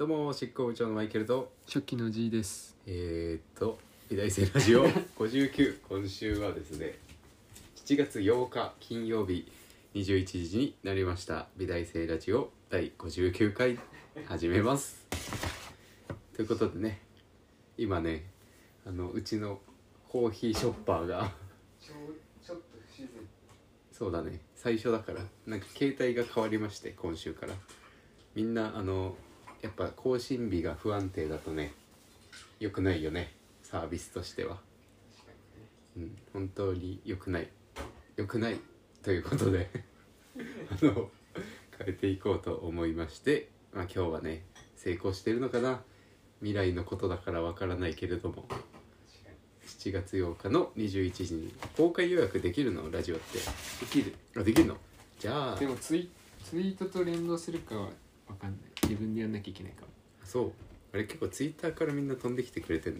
どうも執行部長のマイケルと初期の G です。 美大生ラジオ59今週はですね7月8日金曜日21時になりました。美大生ラジオ第59回始めますということでね、今ねうちのコーヒーショッパーがちょっと不自然。 そうだね、最初だからなんか携帯が変わりまして、今週からみんなやっぱ更新日が不安定だとね良くないよね、サービスとしては。本当に良くないということで変えていこうと思いまして、今日はね成功してるのかな、未来のことだからわからないけれども、7月8日の21時に公開予約できるの？ラジオってできる。 できるの？じゃあでもツイートと連動するかは分かんない。自分でやんなきゃいけないかも。 そう、あれ結構ツイッターからみんな飛んできてくれてんの？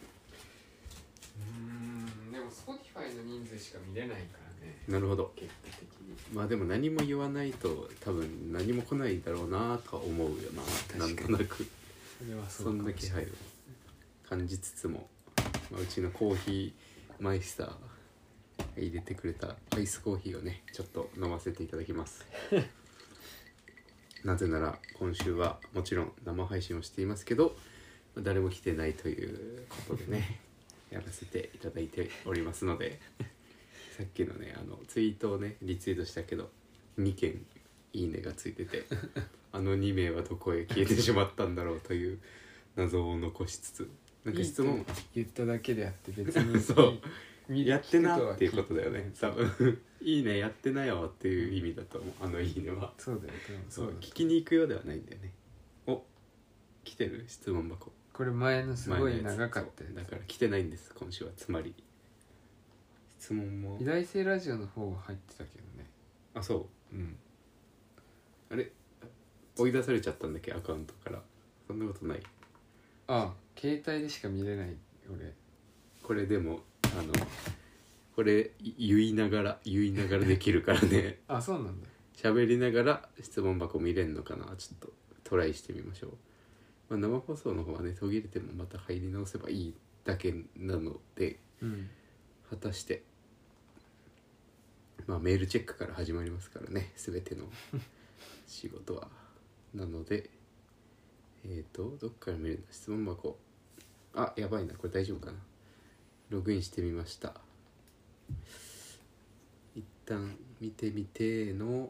でも Spotify の人数しか見れないからね。 なるほど。 結果的に。 まあでも何も言わないと多分何も来ないだろうなとは思うよな。なんとなくそれはそんな気配を感じつつも、うちのコーヒーマイスターが入れてくれたアイスコーヒーをねちょっと飲ませていただきますなぜなら今週はもちろん生配信をしていますけど、誰も来てないということでねやらせていただいておりますのでさっきのねツイートをねリツイートしたけど2件いいねがついてて2名はどこへ消えてしまったんだろうという謎を残しつつ、なんか質問言っただけであって別にそう見やってなっていうことだよね多分いいねやってなよっていう意味だと思う。いいねはそうだよ。 そう聞きに行くようではないんだよね。お、来てる質問箱。 これ前のすごい長かったやつだから来てないんです今週は。つまり質問も美大生ラジオの方が入ってたけどね。 あ、そう、あれ追い出されちゃったんだっけ、アカウントから。そんなことない。 携帯でしか見れない俺。 これでもこれ言いながらできるからねそうなんだ。 喋りながら質問箱見れんのかな、ちょっとトライしてみましょう。生放送の方はね途切れてもまた入り直せばいいだけなので、果たしてメールチェックから始まりますからね、全ての仕事はなのでどっから見れるんだ、質問箱。やばいな、これ大丈夫かな。ログインしてみました。一旦見てみての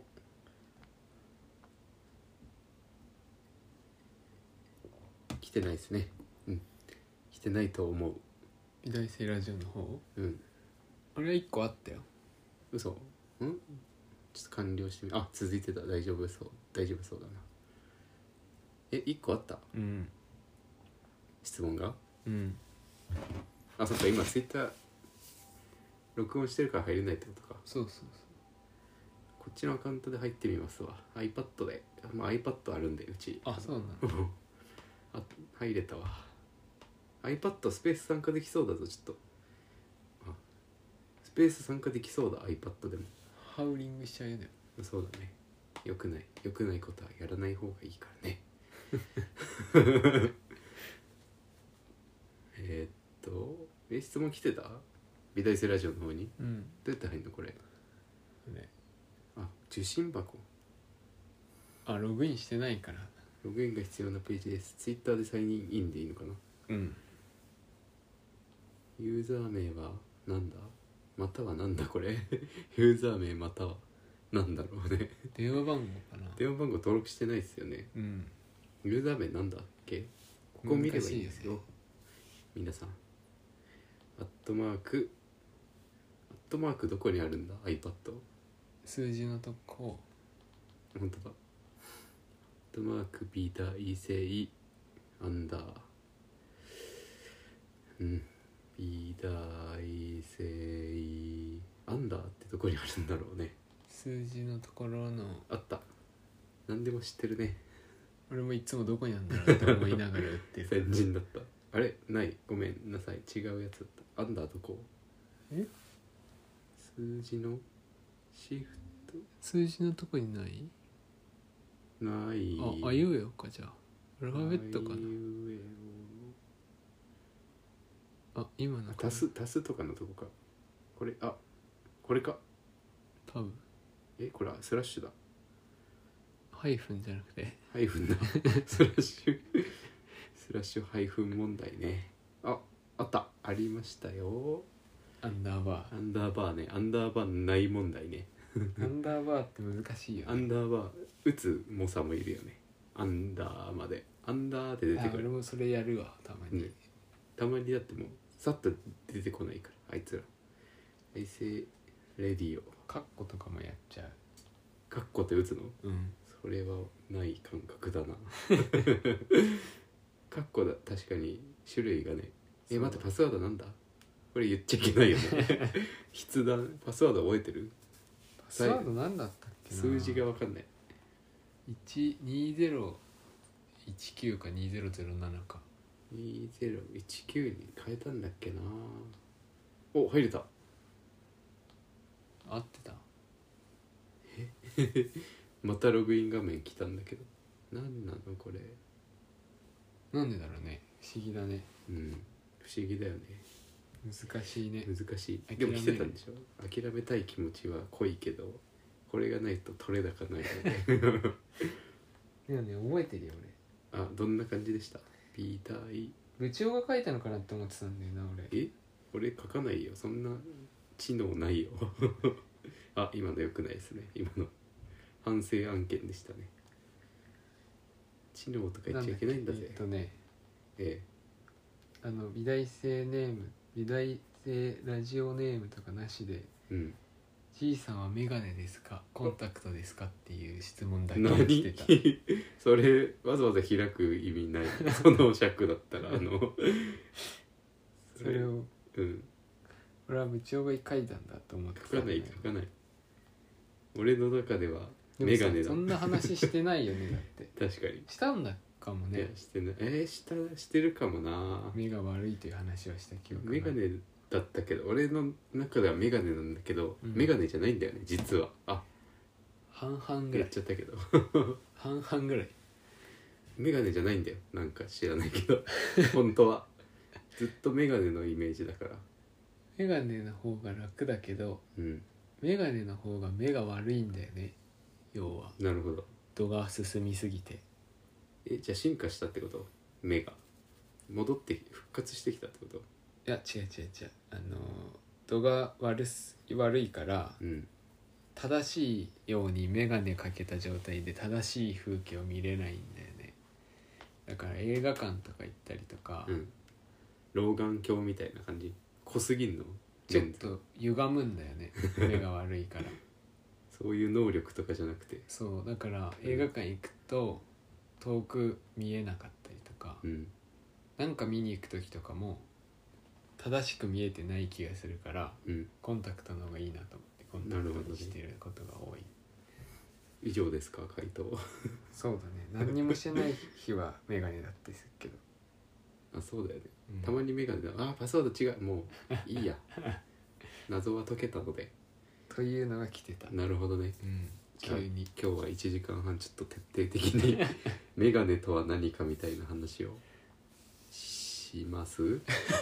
来てないですね。来てないと思う。 美大生ラジオの方。あれは1個あったよ。 嘘？ちょっと完了してみ。続いてた。大丈夫そうだな。1個あった？質問が？そっか、今ツイッター録音してるから入れないってことか。 そうこっちのアカウントで入ってみますわ。 iPad で、iPad あるんでうち。 そうなの入れたわ。 iPad スペース参加できそうだぞ。ちょっとスペース参加できそうだ iPad でも。 ハウリングしちゃうよね。 そうだね。よくないことはやらない方がいいからね質問来てた？美大生ラジオの方に。どうやって入るのこれ。受信箱。 ログインしてないから。 ログインが必要なページです。ツイッターでサインインでいいのかな。ユーザー名はなんだ、またはなんだこれユーザー名またはなんだろうね電話番号かな。 電話番号登録してないですよね。ユーザー名なんだっけ。ここ見ればいいんですよ、皆さん。アットマークどこにあるんだ iPad。 数字のとこ。 本当だ。アットマーク美大生アンダー美大生アンダーってどこにあるんだろうね。 数字のところの。 あった。何でも知ってるね。 俺もいつもどこにあるんだろうって思いながらやってる先人だった。あれない、ごめんなさい、違うやつだった。アンダーどこ？数字のシフト。数字のとこにない？ ない。 あいうえおか。じゃあアルファベットかな。あ、今の足すとかのとこか。これこれか。 多分これはスラッシュだ。 ハイフンじゃなくてハイフンだ。スラッシュハイフン問題ね。あったありましたよ。 アンダーバアンダーバーね。アンダーバーない問題ね。 ーアンダーバーって難しいよね。 アンダーバー打つ猛者もいるよね。アンダーまでアンダーって出てくる。 俺もそれやるわたまに、 ねたまにだってもうさっと出てこないからあいつら。再生レディオカッコとかもやっちゃう。 カッコって打つの？ うんそれはない感覚だな。カッコだ。確かに種類がね。待ってパスワードなんだ？これ言っちゃいけないよね。筆談パスワード覚えてる？ パスワードなんだったっけな。 数字が分かんない。 2019か2007か。 2019に変えたんだっけな。お入れた。 合ってた。 またログイン画面来たんだけど何なのこれ。 なんでだろうね。不思議だね。 不思議だよね。 難しいね。 難しい。でも来てたんでしょ。諦めたい気持ちは濃いけどこれがないと取れ高ないよね。 いやね覚えてるよどんな感じでした？ビータイ俺。部長が書いたのかなって思ってたんだよな俺。 俺書かないよ。そんな知能ないよ。今の良くないですね。今の反省案件でしたね。知能とか言っちゃいけないんだぜ。 美大生ネーム、美大生ラジオネームとかなしで、じいさんはメガネですかコンタクトですかっていう質問だけ来てた。 それわざわざ開く意味ない。その尺だったらそれを俺は部長が書いたんだと思ってた。 書かない。俺の中ではメガネだ。 そんな話してないよね。だって確かにしたんだかもね。 いやしてない。してるかもな。 目が悪いという話はした記憶が。 メガネだったけど俺の中ではメガネなんだけど、メガネじゃないんだよね実は。 半々ぐらい言っちゃったけど半々ぐらいメガネじゃないんだよ。なんか知らないけど本当はずっとメガネのイメージだから。 メガネの方が楽だけど、メガネの方が目が悪いんだよね。要はなるほど。 度が進みすぎて。 じゃあ進化したってこと？目が戻って復活してきたってこと？ いや違う度が悪いから、正しいようにメガネかけた状態で正しい風景を見れないんだよね。だから映画館とか行ったりとか、 老眼鏡みたいな感じ。濃すぎんの？ ちょっと歪むんだよね。目が悪いからそういう能力とかじゃなくて。 そうだから映画館行くと遠く見えなかったりとか、なんか見に行く時とかも正しく見えてない気がするから、コンタクトの方がいいなと思ってコンタクトにしてることが多い。 以上ですか回答。 そうだね。何にもしてない日はメガネだったりするけどそうだよね、たまにメガネだ。パスワード違う。もういいや。謎は解けたのでというのが来てた。 なるほどね。 急に今日は1時間半ちょっと徹底的にメガネとは何かみたいな話をします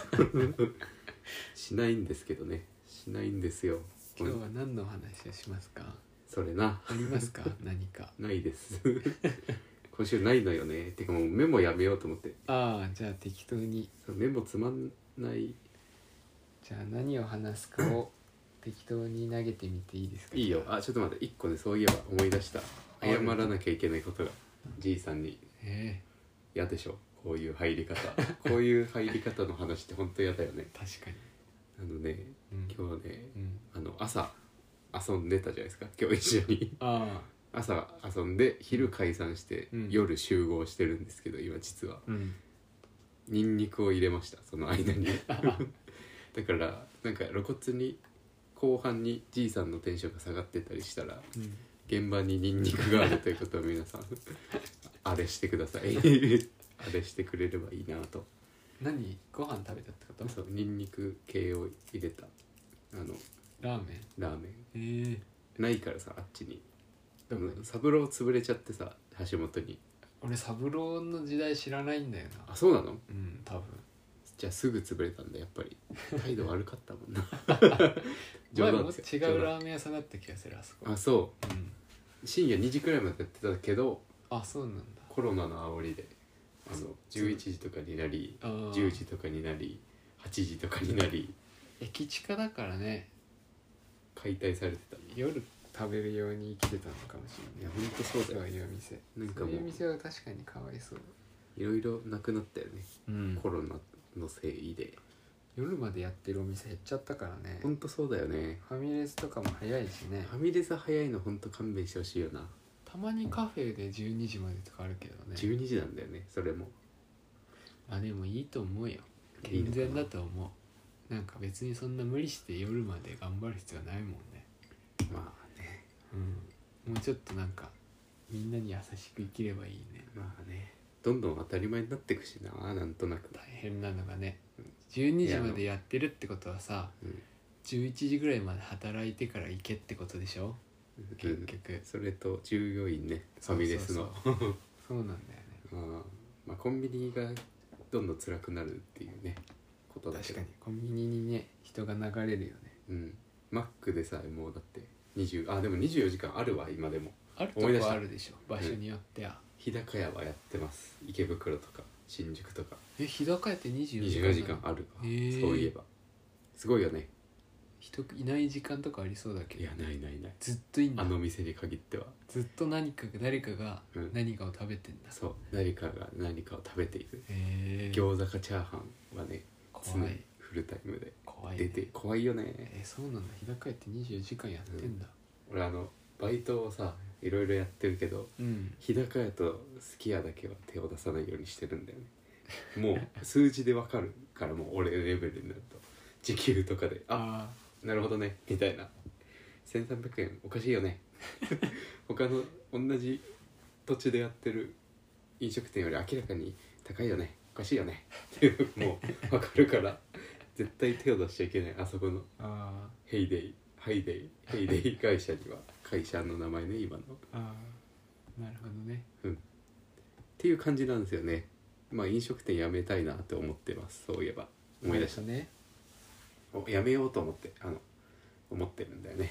しないんですけどね。しないんですよ。 今日は何のお話をしますか？ それな。 ありますか？何かないです今週ないのよね。てかもうメモやめようと思って。 じゃあ適当に。 メモつまんない。 じゃあ何を話すかを適当に投げてみていいですか？ いいよ。ちょっと待って、1個ね、そういえば思い出した。謝らなきゃいけないことが。じいさんに。嫌でしょこういう入り方。こういう入り方の話って本当嫌だよね。 確かに。 今日はね、朝遊んでたじゃないですか今日一緒に。朝遊んで昼解散して、夜集合してるんですけど今実は、ニンニクを入れましたその間にだからなんか露骨に後半にじいさんのテンションが下がってたりしたら、現場にニンニクがあるということを皆さんあれしてくださいあれしてくれればいいなと。 何？ご飯食べたってこと？ そう、ニンニク系を入れたラーメンないからさあっちに。でも三郎潰れちゃってさ橋本に。 俺三郎の時代知らないんだよな。 あ、そうなの？ うん多分。 じゃあすぐ潰れたんだやっぱり。態度悪かったもんな。 前も違うラーメン屋さんだった気がするあそこ。 あ、そうん。 う。深夜2時くらいまでやってたけど、 あそうなんだ。 コロナの煽りで11時とかになり、10時とかになり、8時とかになり、 駅近だからね、 解体されてた。 夜食べるように生きてたのかもしれない。 いやほんとそうだよ。 そういうお店。 なんかもうそういう店は確かにかわいそう。 いろいろなくなったよね、 うんコロナのせいで。 夜までやってるお店減っちゃったからね。 ほんとそうだよね。 ファミレスとかも早いしね。 ファミレス早いのほんと勘弁してほしいよな。 たまにカフェで12時までとかあるけどね。 12時なんだよねそれも。 あでもいいと思うよ。 いいのかな健全だと思う。なんか別にそんな無理して夜まで頑張る必要ないもんね。 まあね。 もうちょっとなんかみんなに優しく生きればいいね。 まあね、どんどん当たり前になってくしな、なんとなく。 大変なのがね、12時までやってるってことはさ、11時ぐらいまで働いてから行けってことでしょ、結局。 それと従業員ね、ファミレスの。 そうなんだよね。 まあコンビニがどんどん辛くなるっていうねことだけど。 確かにコンビニにね人が流れるよね。 マックでさえもうだってでも24時間あるわ今でも。 あるとこあるでしょ場所によっては。 日高屋はやってます。池袋とか新宿とか。 日高屋って24時間 24時間あるわ。そういえばすごいよね。 人いない時間とかありそうだけど。 いやないないない。 ずっといんだ。 あの店に限ってはずっと誰かが何かを食べてんだ。 そう、誰かが何かを食べている。 へえ。 餃子かチャーハンはね常に怖い。 フルタイムで怖いね。 出て怖いよね。 そうなんだ。日高屋って24時間やってんだ。 俺バイトをさいろいろやってるけど、日高屋とすき家だけは手を出さないようにしてるんだよね。もう数字でわかるからもう俺レベルになると時給とかでなるほどねみたいな。1300円おかしいよね。他の同じ土地でやってる飲食店より明らかに高いよね、おかしいよねっていうもう分かるから絶対手を出しちゃいけない。あそこのヘイデイ会社には会社の名前ね今の。 なるほどね。 っていう感じなんですよね。まあ飲食店辞めたいなって思ってます。そういえば思い出したね。 辞めようと思って思ってるんだよね。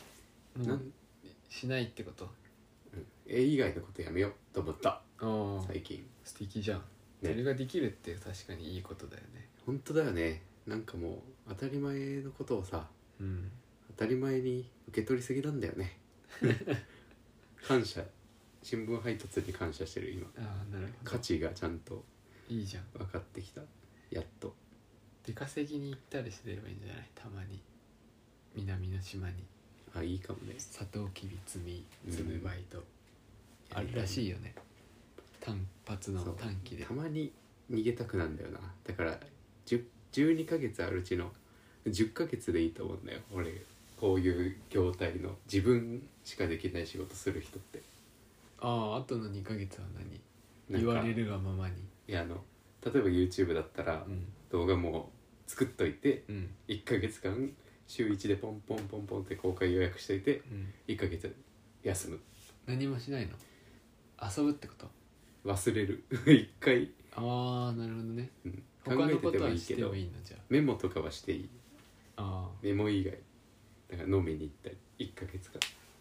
しないってこと？ 絵以外のことやめようと思った最近。 素敵じゃん、ね、それができるって確かにいいことだよね。 本当だよね。なんかもう当たり前のことをさ、当たり前に受け取りすぎなんだよね。感謝、新聞配達に感謝してる今。 なるほど。 価値がちゃんといいじゃん、 分かってきた。やっと出稼ぎに行ったりすればいいんじゃない？たまに南の島に。 いいかもね。 サトウキビ積むバイト、あるらしいよね。単発の短期でたまに逃げたくなんだよな。だから12ヶ月あるうちの10ヶ月でいいと思うんだよ俺。こういう業態の自分しかできない仕事する人って。 あとの2ヶ月は何？言われるがままに。 いや例えば YouTube だったら、動画も作っといて、1ヶ月間週1でポンポンポンポンって公開予約していて、1ヶ月休む。 何もしないの？遊ぶってこと？ 忘れる。1回。 なるほどね。 考えててもいいけどメモとかはしていい。メモ以外だから飲みに行ったり1ヶ月間。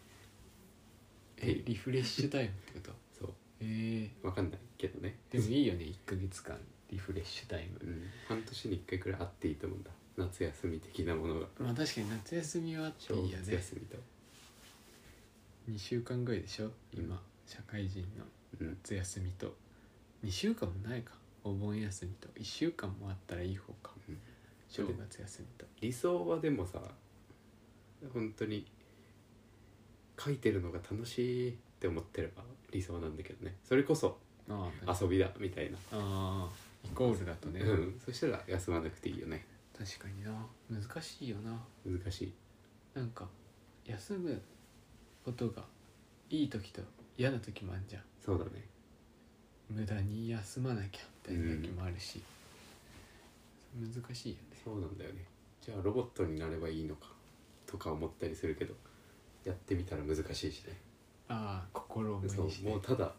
リフレッシュタイムってこと？ そう。分かんないけどね。 でもいいよね。1ヶ月間リフレッシュタイム。 半年に1回くらいあっていいと思うんだ。夏休み的なものが。 まあ確かに夏休みはあっていいよね。 夏休みと 2週間ぐらいでしょ今、社会人の夏休みと、2週間もないか、お盆休みと1週間もあったらいい方か、正月休みと。 理想はでもさ、本当に書いてるのが楽しいって思ってれば理想なんだけどね。それこそ遊びだみたいな。 イコールだとね。 そしたら休まなくていいよね。 確かにな。難しいよな。 難しい。 なんか休むことがいい時と嫌な時もあるじゃん。 そうだね。 無駄に休まなきゃみたいな時もあるし、難しいよね。 そうなんだよね。じゃあロボットになればいいのかとか思ったりするけど、やってみたら難しいしね。 心を無にして。 もうただ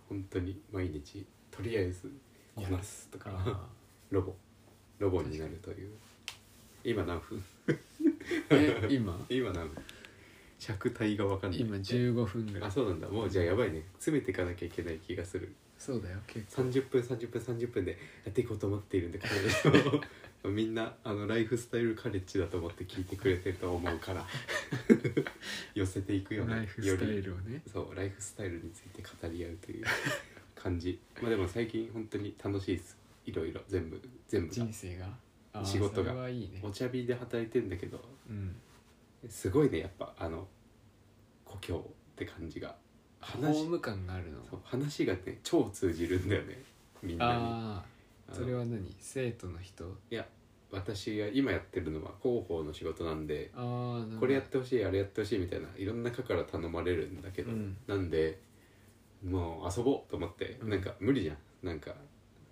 本当に毎日とりあえずこなすとかロボになるという。今何分今何分尺帯が分かんない。 今15分ぐらい。 あ、そうなんだ。もうじゃあやばいね。詰めていかなきゃいけない気がする。 そうだよ、結構 30分でやっていこうと思っているんで、これみんなライフスタイルカレッジだと思って聞いてくれてると思うから寄せていくよね。 ライフスタイルをね。 そう、ライフスタイルについて語り合うという感じ。まあでも最近本当に楽しいです。いろいろ全部人生が仕事がいい、ね、 お茶火で働いてんだけど、 うん、 すごいね、やっぱ故郷って感じが、 ホーム感があるの。 そう、話がね超通じるんだよね、みんなに。 それは何、生徒の人？ いや、私が今やってるのは広報の仕事なんで、 これやってほしいあれやってほしいみたいないろんな課から頼まれるんだけど、なんでもう遊ぼうと思って、なんか無理じゃん、なんか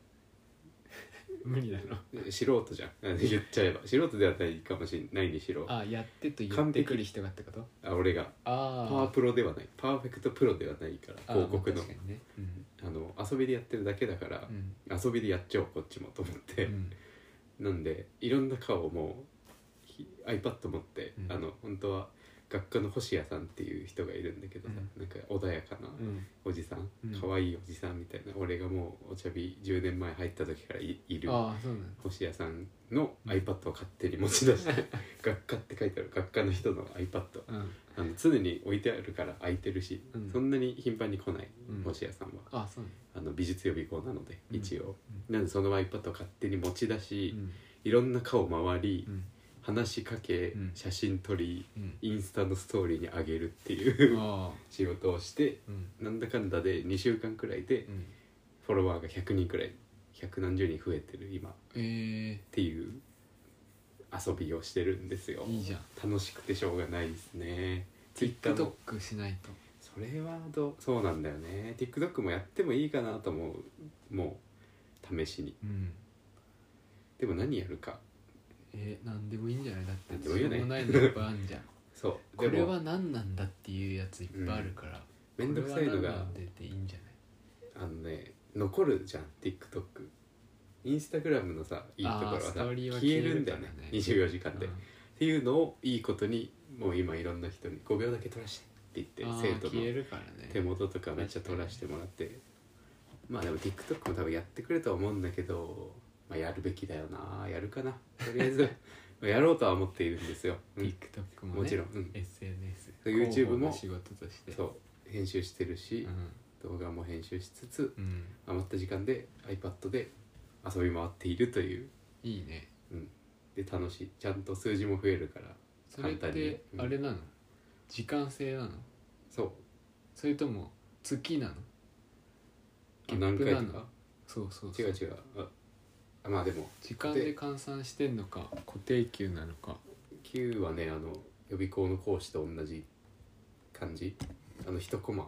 無理だろ、 素人じゃん言っちゃえば素人ではないかもしれないにしろ、 やってと言ってくる人がってこと？ 俺がパワープロではない、パーフェクトプロではないから、広告の、 ね、 遊びでやってるだけだから、遊びでやっちゃおうこっちもと思って、なんでいろんな顔をもう iPad 持って、本当は学科の星谷さんっていう人がいるんだけどさ、なんか穏やかなおじさん、可愛いおじさんみたいな、俺がもうお茶火10年前入った時からいる星谷さんの iPad を勝手に持ち出して学科って書いてある学科の人の iPad、常に置いてあるから空いてるし、そんなに頻繁に来ない星谷さんは、美術予備校なので一応、なんでその iPad を勝手に持ち出し、いろんな顔回り、話しかけ、写真撮り、インスタのストーリーに上げるっていう仕事をして、なんだかんだで2週間くらいでフォロワーが100人くらい、100何十人増えてる今、っていう遊びをしてるんですよ。 いいじゃん、 楽しくてしょうがないですね。 TikTok しないと。 それはそうなんだよね。 TikTok もやってもいいかなと思う、もう試しに、でも何やるか、 何でもいいんじゃない？だって何でもいいよね、 しょうもないのいっぱいあんじゃんそう、 これは何なんだっていうやついっぱいあるから、 めんどくさいのがこれは何なんでっていいんじゃない？ 残るじゃん TikTok。 インスタグラムのさいいところはさ消えるんだよね、24時間で、っていうのをいいことにもう今いろんな人に5秒だけ撮らしてって言って生徒の手元とかめっちゃ撮らせてもらって、まあでも TikTok も多分やってくれとは思うんだけど、まあ、やるべきだよな、やるかな、とりあえずやろうとは思っているんですよ、 TikTok もね、 もちろん、 SNS、 YouTube も仕事としてそう編集してるし、動画も編集しつつ、余った時間で iPad で遊び回っているという。 いいね、 で楽しい、ちゃんと数字も増えるから。 それってあれなの、時間制なの？ そう、 それとも月なの？ 何回とか？ そう違うまあでも時間で換算してんのか固定給なのか。 給はね予備校の講師と同じ感じ、1コマ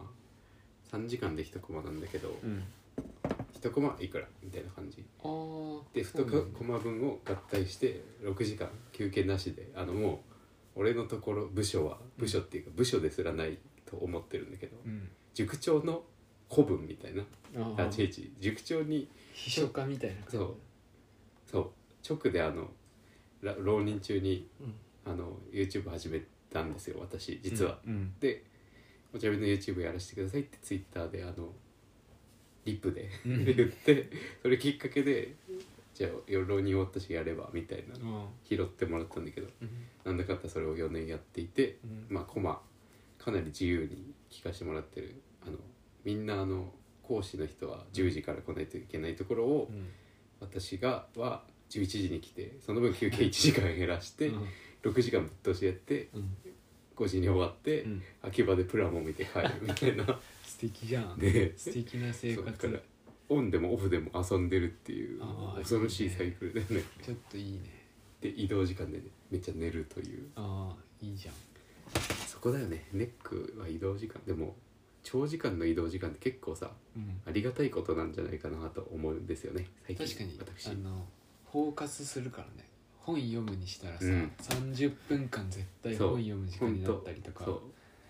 3時間で1コマなんだけど、1コマいくらみたいな感じで、2コマ分を合体して6時間休憩なしで、もう俺のところ部署っていうか部署ですらないと思ってるんだけど、塾長の古文みたいな立ち位置、塾長に秘書家みたいな。 そう直で浪人中に、YouTube 始めたんですよ私実は、でお茶火の YouTube やらせてくださいって Twitter でリップで言ってそれきっかけでじゃあ浪人終わったしやればみたいな拾ってもらったんだけど、なんだかんだそれを4年やっていて、まあコマかなり自由に聞かせてもらってる。みんな講師の人は10時から来ないといけないところを、私は11時に来て、その分休憩1時間減らして、6時間ぶっ通しやって、5時に終わって、秋葉でプラモ見て帰るみたいな素敵じゃん、素敵な生活。 だからオンでもオフでも遊んでるっていう恐ろしいサイクルだよね。 ちょっといいね。 で移動時間で、めっちゃ寝るという。 いいじゃん。 そこだよね、ネックは移動時間でも。長時間の移動時間って結構さ、ありがたいことなんじゃないかなと思うんですよね最近。 確かに私フォーカスするからね。本読むにしたらさ、30分間絶対本読む時間になったりとか、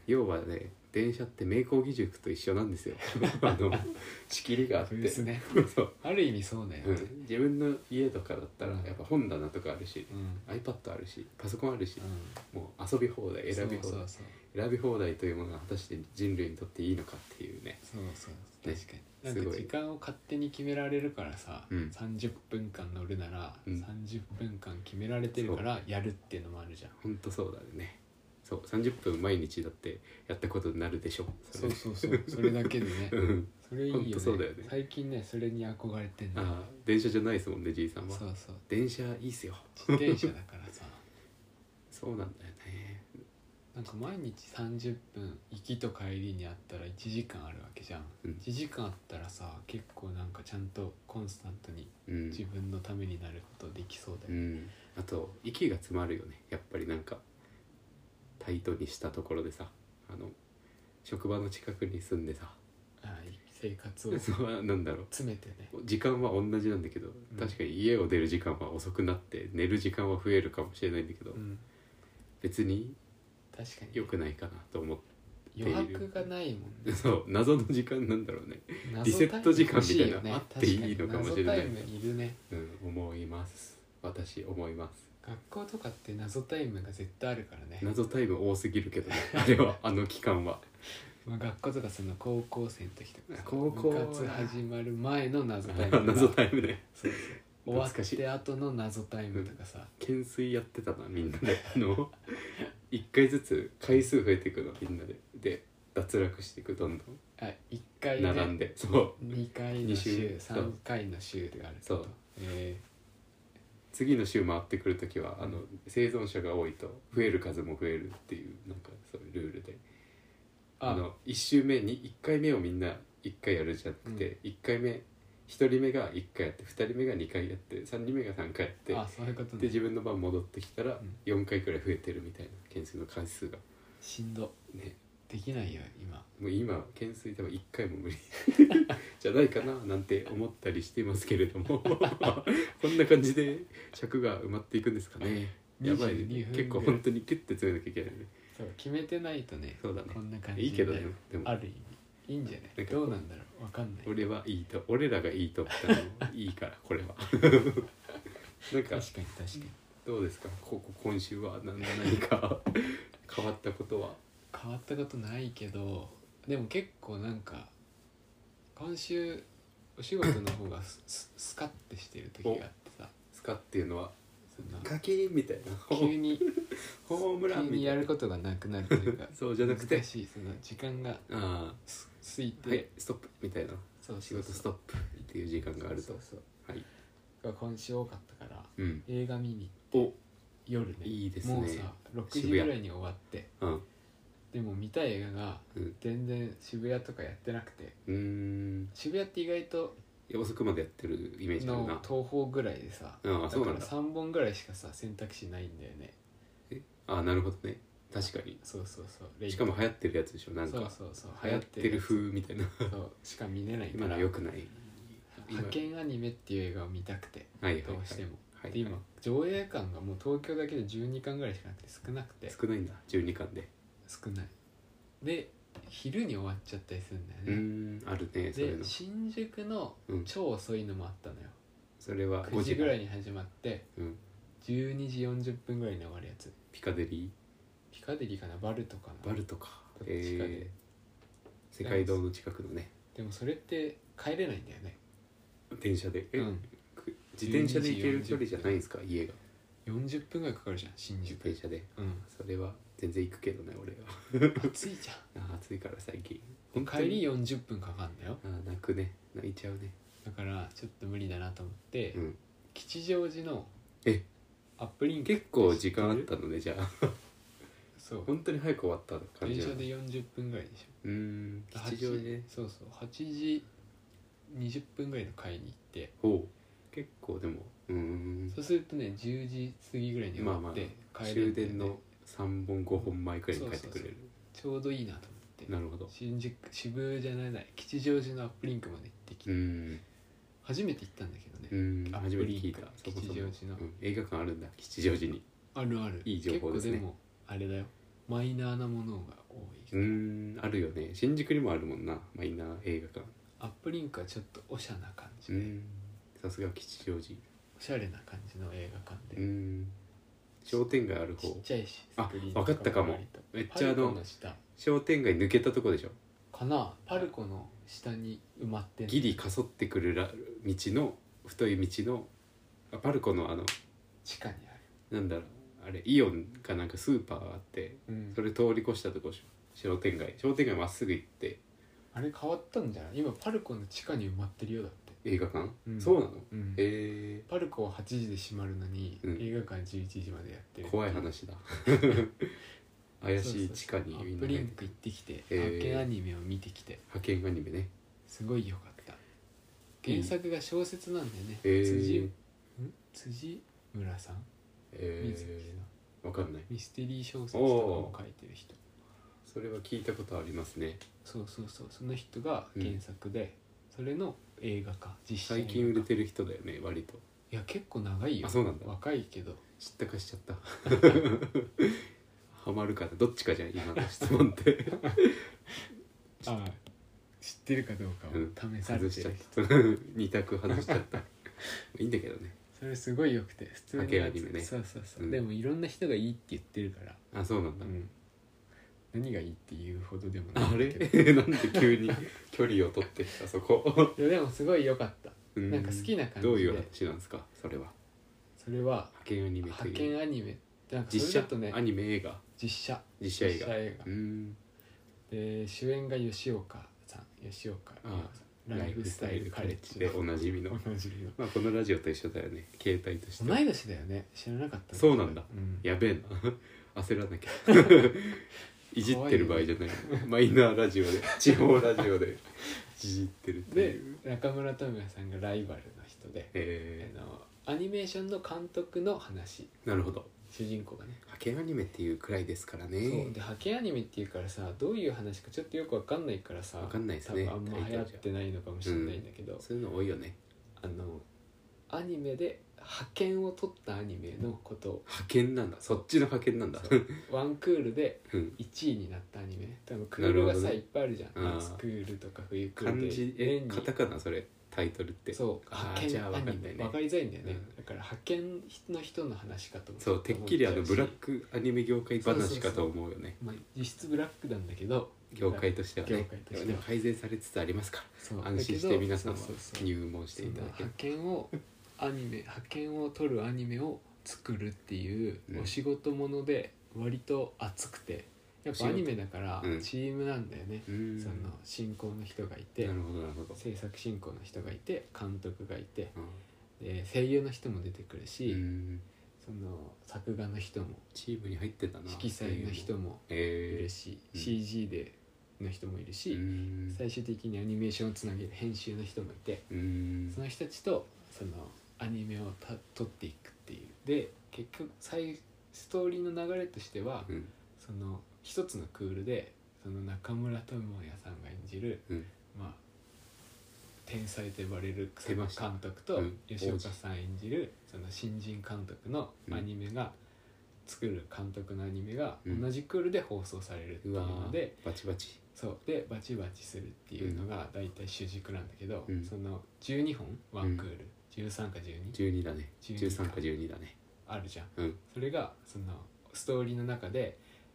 要はね電車って明光義塾と一緒なんですよ仕切りがあってですねそうある意味そうだよね、 自分の家とかだったらうんやっぱ本棚とかあるし、 うん iPad あるしパソコンあるし、 うもう遊び放題選び放題そうそう選び放題というものが果たして人類にとっていいのかっていうね。 そうそうね確かにすごいなんか時間を勝手に決められるからさ、 うん 30分間乗るならうん 30分間決められてるからやるっていうのもあるじゃん。 ほんとそうだね。そう30分毎日だってやったことになるでしょそうそうそうそれだけでねうんそれいいよね。 ほんとそうだよね最近ねそれに憧れてんだよ。 ああ電車じゃないですもんねじいさんは。 そうそう電車いいっすよ。 自転車だからさそうなんだよね。 なんか毎日30分行きと帰りにあったら1時間あるわけじゃん、 うん 1時間あったらさ結構なんかちゃんとコンスタントにうん自分のためになることできそうだよ、 うん、あと息が詰まるよねやっぱりなんかタイトにしたところでさ職場の近くに住んでさ生活をそうなんだろう詰めてね時間は同じなんだけど、確かに家を出る時間は遅くなって寝る時間は増えるかもしれないんだけど、 うん別に確かに良くないかなと思って余白がないもんね。 そう謎の時間なんだろうね、 謎リセット時間みたいなタイム欲しよねあっていいのかもしれない確かに謎タイムいるね。 思います私思います。 学校とかって謎タイムが絶対あるからね。 謎タイム多すぎるけどねあれは期間はまあ、学校とかその高校生の時とかさ高校は部活始まる前の謎タイムとか謎タイムねそうそう終わって後の謎タイムとかさ、 懸垂やってたなみんなで1回ずつ回数増えていくのみんなで脱落していくどんどんあ1回並んでそう 2回の二週週 3回の週があるそうえ次の週回ってくるときは生存者が多いと増える数も増えるっていうなんかそういうルールで1週目に1回目をみんな1回やるじゃなくて、1回目1人目が1回やって2人目が2回やって3人目が3回やってそういうことね。 で自分の番戻ってきたらん 4回くらい増えてるみたいな懸垂の回数がしんどね。 できないよ今。 もう今懸垂多分1回も無理じゃないかななんて思ったりしてますけれどもこんな感じで尺が埋まっていくんですかね。やばいね 22分結構本当にキュッて詰めなきゃいけないね。 そう決めてないとねそうだねこんな感じいいけどねでもある意味いいんじゃなないんかどうなんだろうわかんない。 俺らがいいと思ったのいいからこれはなんか確かに確かにどうですか今週は何か変わったことは。 変わったことないけどでも結構なんか今週お仕事の方がスカッてしてる時があってさスカっていうのはそんなガキーンみたいな急にホームラン急にやることがなくなるというかそうじゃなくて難しいその時間があ過ぎて、 はいストップみたいな仕そうそうそう事ストップっていう時間があるとそうそうはいが今週多かったからうん映画見にお夜ねいいですねもうさ6時渋谷ぐらいに終わってうんでも見たい映画がうん全然渋谷とかやってなくて渋渋谷って意外と遅くまでやってるイメージあるのな。 東宝ぐらいでさああそうなんだ 3本ぐらいしかさ選択肢ないんだよね。 なるほどね確かに。 そうそうそうしかも流行ってるやつでしょなんかそうそうそう流行ってる風みたいなそうしか見れないか今らの良くない派遣アニメっていう映画を見たくてはいはいはいどうしても、 はいで今上映館がもう東京だけで12巻ぐらいしかなくて少なくて少ないんだ12巻で。 少ないで昼に終わっちゃったりするんだよね。 あるねそういうでの。 新宿のうん超遅いのもあったのよ。 それは 9時ぐらいに始まってうん 12時40分ぐらいに終わるやつ。 ピカデリピカデリーかなバルトかなバルトかどっちかで、 世界堂の近くのねでもそれって帰れないんだよね。 電車でうん自転車で行ける距離じゃないんですか家が。 40分ぐらいかかるじゃん新宿。 電車でうんそれは全然行くけどね俺は暑いじゃん。 暑いから最近帰り40分かかんだよ。 泣くね泣いちゃうね。 だからちょっと無理だなと思って、 うん吉祥寺のえアップリンク結構時間あったのねじゃあそう本当に早く終わった感じなの。 電車で40分ぐらいでしょ。 吉祥寺ね。 そうそう8時20分ぐらいの買いに行ってほう結構でもそうするとね10時過ぎぐらいに終わって帰れる終んだよね。 電の3本5本前くらいに帰ってくれる。 ちょうどいいなと思ってなるほど。 渋谷じゃない吉祥寺のアップリンクまで行ってきて、初めて行ったんだけどね。 初めて聞いた。 吉祥寺の、 映画館あるんだ吉祥寺に。 あるある。 いい情報ですね結構でもあれだよマイナーなものが多い。 あるよね。新宿にもあるもんな、マイナー映画館。 アップリンクはちょっとおしゃな感じで、 さすが吉祥寺。 おしゃれな感じの映画館で、 商店街ある方。 ちっちゃいし、 あ、分かったかも。めっちゃ商店街抜けたとこでしょかな。パルコの下に埋まってんギリかそってくる道の太い道のパルコの地下にあなんだろう、あれイオンかなんかスーパーがあって、それ通り越したとこでしょ。商店街まっすぐ行って。 あれ変わったんじゃない？今パルコの地下に埋まってるようだって。 映画館、そうなの？ パルコは8時で閉まるのに、映画館11時までやってる。 怖い話だ。怪しい地下にアップリンク行ってきて、派遣アニメを見てきて。 派遣アニメね、 すごい良かった。原作が小説なんだよね。辻村さん、水木さん、 わかんない。 ミステリー小説とかも書いてる人。 それは聞いたことありますね。 そうその人が原作で、それの映画化、実写映画化。 最近売れてる人だよね、割と。 いや結構長いよ。 あ、そうなんだ。 若いけど知ったかしちゃった。ハマるかな、どっちかじゃん今の質問って。 ああ、知ってるかどうかを試されてる人、 2択外しちゃった。いいんだけどね。 それすごい良くて、普通の派遣アニメね。 そう、でもいろんな人がいいって言ってるから。 あ、そうなんだ。 何がいいっていうほどでもないんだけど。なんで急に距離を取ってきたそこ。 いやでもすごい良かった。なんか好きな感じで。 どういう話なんですかそれは。 それは派遣アニメという。 派遣アニメなんか実写とね、アニメ映画。 実写映画。 で主演が吉岡さん、吉岡さん、ライフスタイルカレッジでおなじみの。まあこのラジオと一緒だよね、携帯として。 同い年だよね。知らなかった。 そうなんだ。やべえな。焦らなきゃ。いじってる場合じゃない。マイナーラジオで、地方ラジオでいじってるっていう。 で中村倫也さんがライバルの人で、アニメーションの監督の話。 なるほど。 主人公がね、 派遣アニメっていうくらいですからね。 そうで、派遣アニメっていうからさ、どういう話かちょっとよく分かんないからさ、 分かんないですね。 多分あんま流行ってないのかもしれないんだけど、 そういうの多いよね。 アニメで派遣を取ったアニメのことを。 派遣なんだ。そっちの派遣なんだ。 ワンクールで1位になったアニメ。多分クールがさ、いっぱいあるじゃん。夏クールとか冬クールで。 漢字カタカナそれタイトルって。 そう、派遣アニメ分かりづらいんだよね。だから派遣の人の話かと思う。 そう、てっきりブラックアニメ業界話かと思うよね。 実質ブラックなんだけど、 業界としてはね。でも改善されつつありますから、安心して皆さんは入門していただける。 派遣を取るアニメを作るっていうお仕事もので、割と熱くて、やっぱアニメだからチームなんだよね。その進行の人がいて、制作進行の人がいて、監督がいて、で声優の人も出てくるし、その作画の人もチームに入ってたな。 色彩の人もいるし、CG での人もいるし、最終的にアニメーションをつなげる編集の人もいて、その人たちとそのアニメを撮っていくっていう。で結局ストーリーの流れとしては、その一つのクールで、その中村倫也さんが演じる、まあ天才と呼ばれる監督と、吉岡さん演じるその新人監督のアニメが、作る監督のアニメが同じクールで放送されるっていうので、 バチバチ。 そうでバチバチするっていうのが大体主軸なんだけど、その12本ワンクール、13か12 だね。13か12だね。 あるじゃん。それがそのストーリーの中で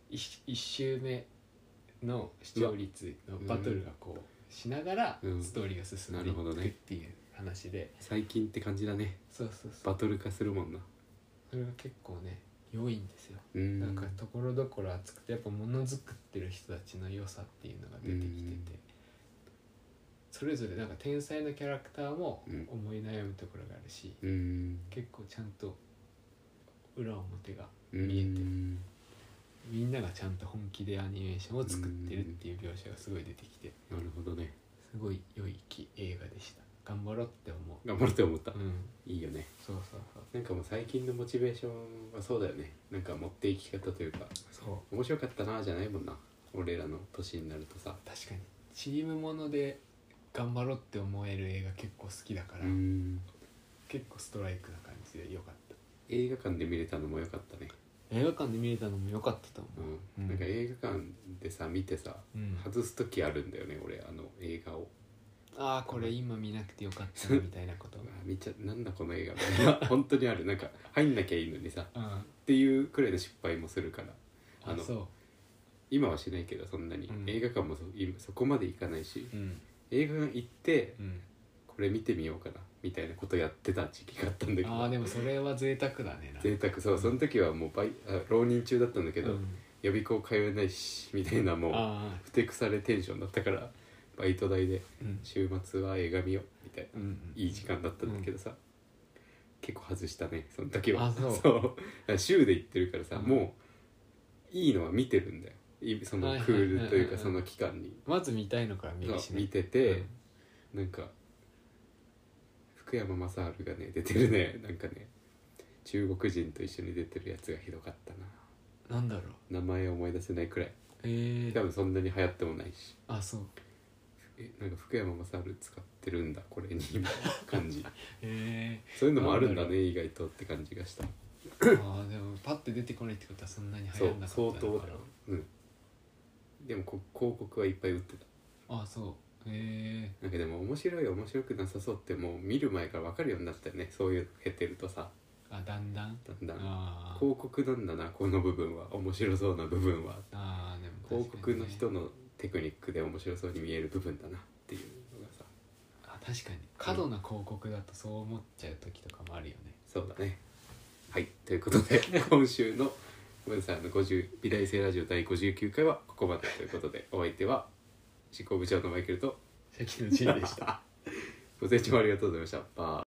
1周目の視聴率のバトルがこうしながらストーリーが進んでいくっていう話で、 最近って感じだね。 そうバトル化するもんな。 それが結構ね良いんですよ。なんかところどころ熱くて、やっぱものづくってる人たちの良さっていうのが出てきてて、それぞれなんか天才のキャラクターも思い悩むところがあるし、結構ちゃんと裏表が見えて、みんながちゃんと本気でアニメーションを作ってるっていう描写がすごい出てきて、 なるほどね。 すごい良い映画でした。頑張ろうって思う。 頑張ろうって思った。いいよね。 そうなんかもう最近のモチベーションはそうだよね。なんか持っていき方というか、面白かったなじゃないもんな。俺らの年になるとさ。 確かにチームもので頑張ろうって思える映画結構好きだから、結構ストライクな感じで良かった。 映画館で見れたのも良かったね。 映画館で見れたのも良かったと思う、 なんか映画館でさ見てさ、外す時あるんだよね俺映画を。 ああこれ今見なくてよかったみたいなことなんだこの映画みたいな本当にある。なんか入んなきゃいいのにさ、っていうくらいの失敗もするから、 そう今はしないけどそんなに、映画館もそこまで行かないし、映画館行って、これ見てみようかなみたいなことやってた時期があったんだけど。 でもそれは贅沢だね。 贅沢。そう、その時はもう浪人中だったんだけど、予備校通えないしみたいな、もうふてくされテンションだったから、バイト代で週末は映画見ようみたいな、いい時間だったんだけどさ、結構外したねその時は。そう週で行ってるからさ、もういいのは見てるんだよ、そのクールというかその期間に。 まず見たいのから見るしね。 見てて、なんか福山雅治がね出てるね、なんかね中国人と一緒に出てるやつがひどかったな。 なんだろう、 名前思い出せないくらい。多分そんなに流行ってもないし。 そう。 なんか福山雅治使ってるんだこれにみたいな感じ。 へそういうのもあるんだね意外とって感じがした。 でもパッて出てこないってことはそんなに流行んなかったのかな。 相当だよ。でも広告はいっぱい売ってた。 そうなんかでも面白くなさそうってもう見る前から分かるようになったよね、そういうの経てるとさ。 だんだん広告なんだなこの部分は、面白そうな部分は。 でも広告の人のテクニックで面白そうに見える部分だなっていうのがさ。 確かに過度な広告だとそう思っちゃう時とかもあるよね。 そうだね。はいということで今週のごめんなさい美大生ラジオ第59回はここまでということで、お相手は執行部長のマイケルと関の G でした。 ご清聴ありがとうございました。バイ。